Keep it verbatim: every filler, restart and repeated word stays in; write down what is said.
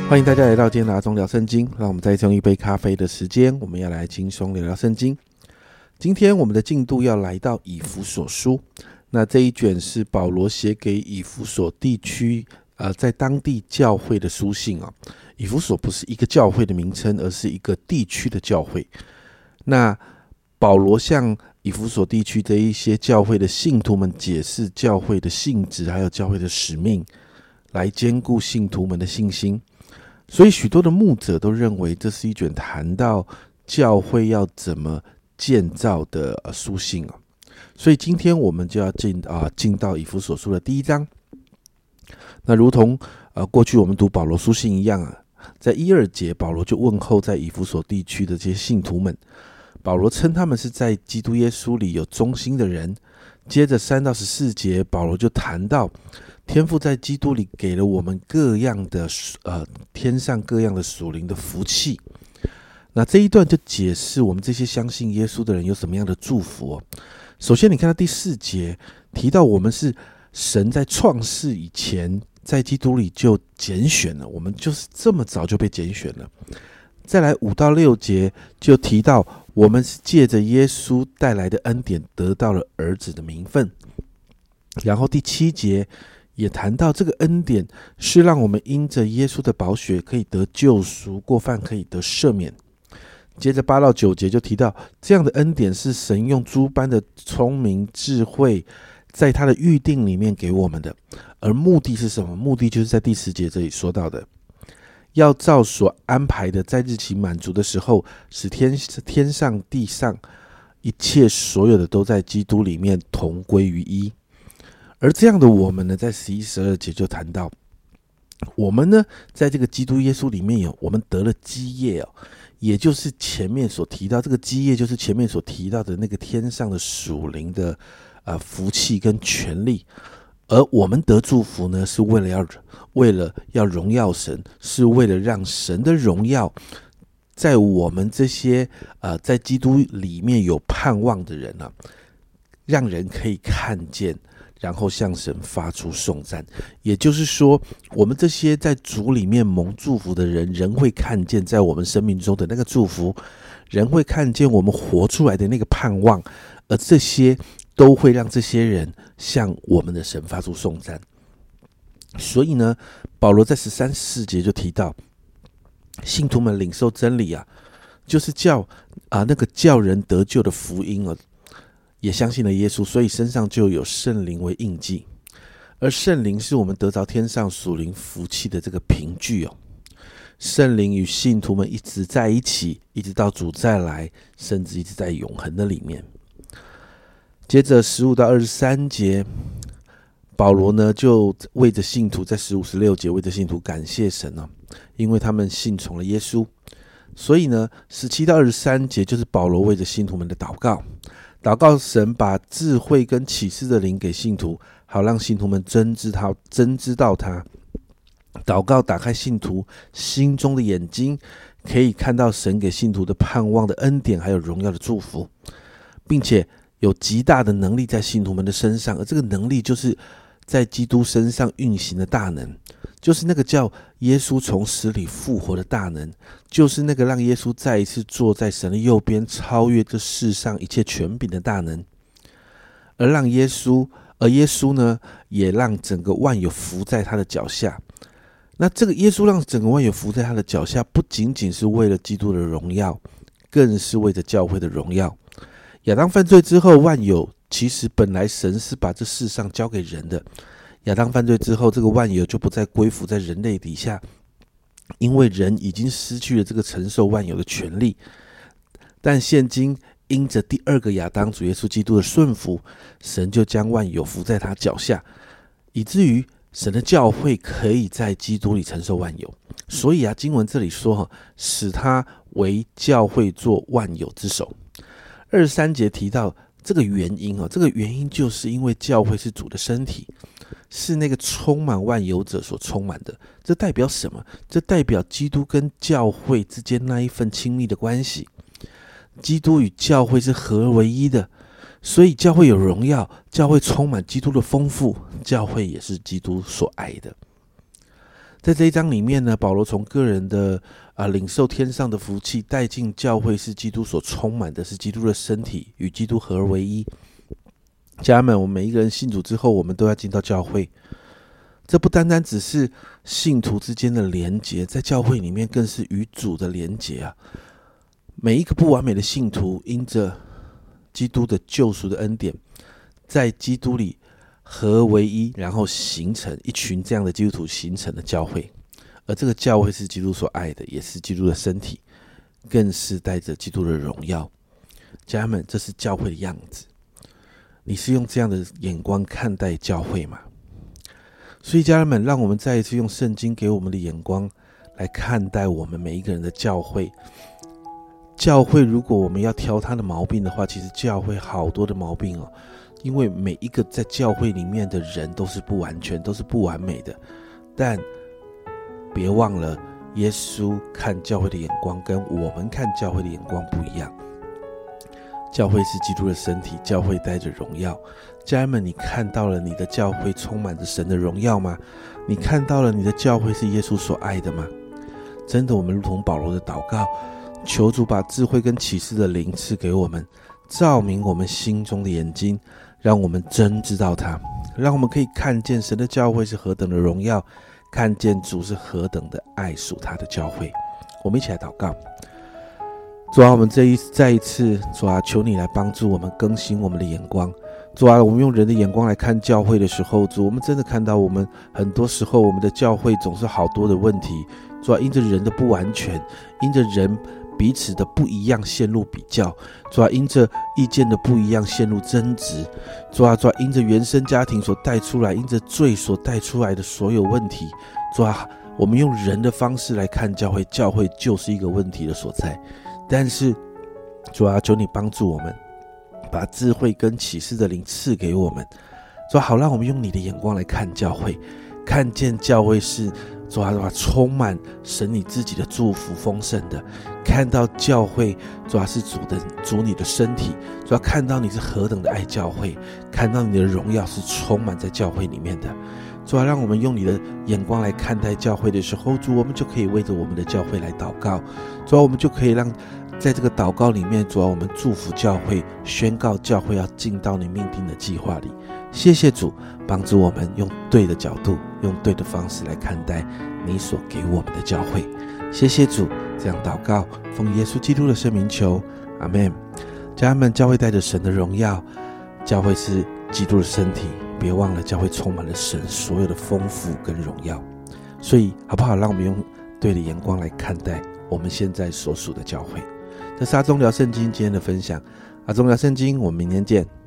欢迎大家来到今天的阿忠聊圣经，让我们再用一杯咖啡的时间，我们要来轻松聊聊圣经。今天我们的进度要来到以弗所书，那这一卷是保罗写给以弗所地区呃，在当地教会的书信哦。以弗所不是一个教会的名称，而是一个地区的教会。那保罗向以弗所地区的一些教会的信徒们解释教会的性质，还有教会的使命，来兼顾信徒们的信心。所以许多的牧者都认为这是一卷谈到教会要怎么建造的、呃、书信、哦、所以今天我们就要进、呃、进到以弗所书的第一章。那如同、呃、过去我们读保罗书信一样啊，在一二节保罗就问候在以弗所地区的这些信徒们，保罗称他们是在基督耶稣里有忠心的人。接着三到十四节保罗就谈到天父在基督里给了我们各样的呃天上各样的属灵的福气。那这一段就解释我们这些相信耶稣的人有什么样的祝福、哦、首先你看到第四节提到我们是神在创世以前在基督里就拣选了，我们就是这么早就被拣选了。再来五到六节就提到我们是借着耶稣带来的恩典得到了儿子的名分。然后第七节也谈到这个恩典是让我们因着耶稣的宝血可以得救赎，过犯可以得赦免。接着八到九节就提到这样的恩典是神用诸般的聪明智慧在他的预定里面给我们的，而目的是什么？目的就是在第十节这里说到的，要照所安排的，在日期满足的时候，使 天, 天上地上一切所有的都在基督里面同归于一。而这样的我们呢，在十一、十二节就谈到，我们呢，在这个基督耶稣里面有，我们得了基业哦，也就是前面所提到，这个基业就是前面所提到的那个天上的属灵的、呃、福气跟权利。而我们得祝福呢，是为了要为了要荣耀神，是为了让神的荣耀在我们这些、呃、在基督里面有盼望的人啊，让人可以看见，然后向神发出颂赞。也就是说，我们这些在主里面蒙祝福的人，人会看见在我们生命中的那个祝福，人会看见我们活出来的那个盼望，而这些都会让这些人向我们的神发出颂赞。所以呢，保罗在十三、十四节就提到，信徒们领受真理啊，就是叫啊那个叫人得救的福音啊，也相信了耶稣，所以身上就有圣灵为印记。而圣灵是我们得着天上属灵福气的这个凭据哦。圣灵与信徒们一直在一起，一直到主再来，甚至一直在永恒的里面。接着十五到二十三节，保罗呢就为着信徒，在十五、十六节为着信徒感谢神、啊、因为他们信从了耶稣。所以呢十七到二十三节就是保罗为着信徒们的祷告，祷告神把智慧跟启示的灵给信徒，好让信徒们真知道真知道他。祷告打开信徒心中的眼睛，可以看到神给信徒的盼望的恩典，还有荣耀的祝福，并且有极大的能力在信徒们的身上，而这个能力就是在基督身上运行的大能，就是那个叫耶稣从死里复活的大能，就是那个让耶稣再一次坐在神的右边，超越这世上一切权柄的大能。而让耶稣，而耶稣呢，也让整个万有伏在他的脚下。那这个耶稣让整个万有伏在他的脚下，不仅仅是为了基督的荣耀，更是为了教会的荣耀。亚当犯罪之后，万有其实本来神是把这世上交给人的，亚当犯罪之后，这个万有就不再归服在人类底下，因为人已经失去了这个承受万有的权利。但现今因着第二个亚当主耶稣基督的顺服，神就将万有伏在他脚下，以至于神的教会可以在基督里承受万有。所以啊，经文这里说，使他为教会做万有之首。二十三节提到这个原因，这个原因就是因为教会是主的身体，是那个充满万有者所充满的。这代表什么？这代表基督跟教会之间那一份亲密的关系。基督与教会是合而为一的，所以教会有荣耀，教会充满基督的丰富，教会也是基督所爱的。 在这一章里面呢，保罗从个人的、呃、领受天上的福气带进教会，是基督所充满的，是基督的身体，与基督合而为一。家人们，我们每一个人信主之后，我们都要进到教会。这不单单只是信徒之间的连结，在教会里面更是与主的连结啊！每一个不完美的信徒，因着基督的救赎的恩典，在基督里合为一，然后形成一群这样的基督徒形成的教会。而这个教会是基督所爱的，也是基督的身体，更是带着基督的荣耀。家人们，这是教会的样子。你是用这样的眼光看待教会吗？所以家人们，让我们再一次用圣经给我们的眼光来看待我们每一个人的教会。教会如果我们要挑它的毛病的话，其实教会好多的毛病哦。因为每一个在教会里面的人都是不完全，都是不完美的。但别忘了，耶稣看教会的眼光跟我们看教会的眼光不一样。教会是基督的身体，教会带着荣耀。家人们，你看到了你的教会充满着神的荣耀吗？你看到了你的教会是耶稣所爱的吗？真的，我们如同保罗的祷告，求主把智慧跟启示的灵赐给我们，照明我们心中的眼睛，让我们真知道他，让我们可以看见神的教会是何等的荣耀，看见主是何等的爱属他的教会。我们一起来祷告。主啊，我们这一再一次，主啊，求你来帮助我们更新我们的眼光。主啊，我们用人的眼光来看教会的时候，主，我们真的看到我们很多时候我们的教会总是好多的问题。主啊，因着人的不完全，因着人彼此的不一样陷入比较，主啊，因着意见的不一样陷入争执，主啊，主啊，因着原生家庭所带出来，因着罪所带出来的所有问题，主啊，我们用人的方式来看教会，教会就是一个问题的所在。但是主啊，求你帮助我们，把智慧跟启示的灵赐给我们，主啊，好让我们用你的眼光来看教会，看见教会是主啊，充满神你自己的祝福丰盛的，看到教会主啊是主的主你的身体，主啊，看到你是何等的爱教会，看到你的荣耀是充满在教会里面的。主啊，让我们用你的眼光来看待教会的时候，主，我们就可以为着我们的教会来祷告。主啊，我们就可以让在这个祷告里面，主啊，我们祝福教会，宣告教会要进到你命定的计划里。谢谢主，帮助我们用对的角度，用对的方式来看待你所给我们的教会。谢谢主，这样祷告，奉耶稣基督的圣名求，阿们。家人们，教会带着神的荣耀，教会是基督的身体，别忘了教会充满了神所有的丰富跟荣耀。所以好不好，让我们用对的眼光来看待我们现在所属的教会。这是阿忠聊圣经今天的分享，阿忠聊圣经，我们明天见。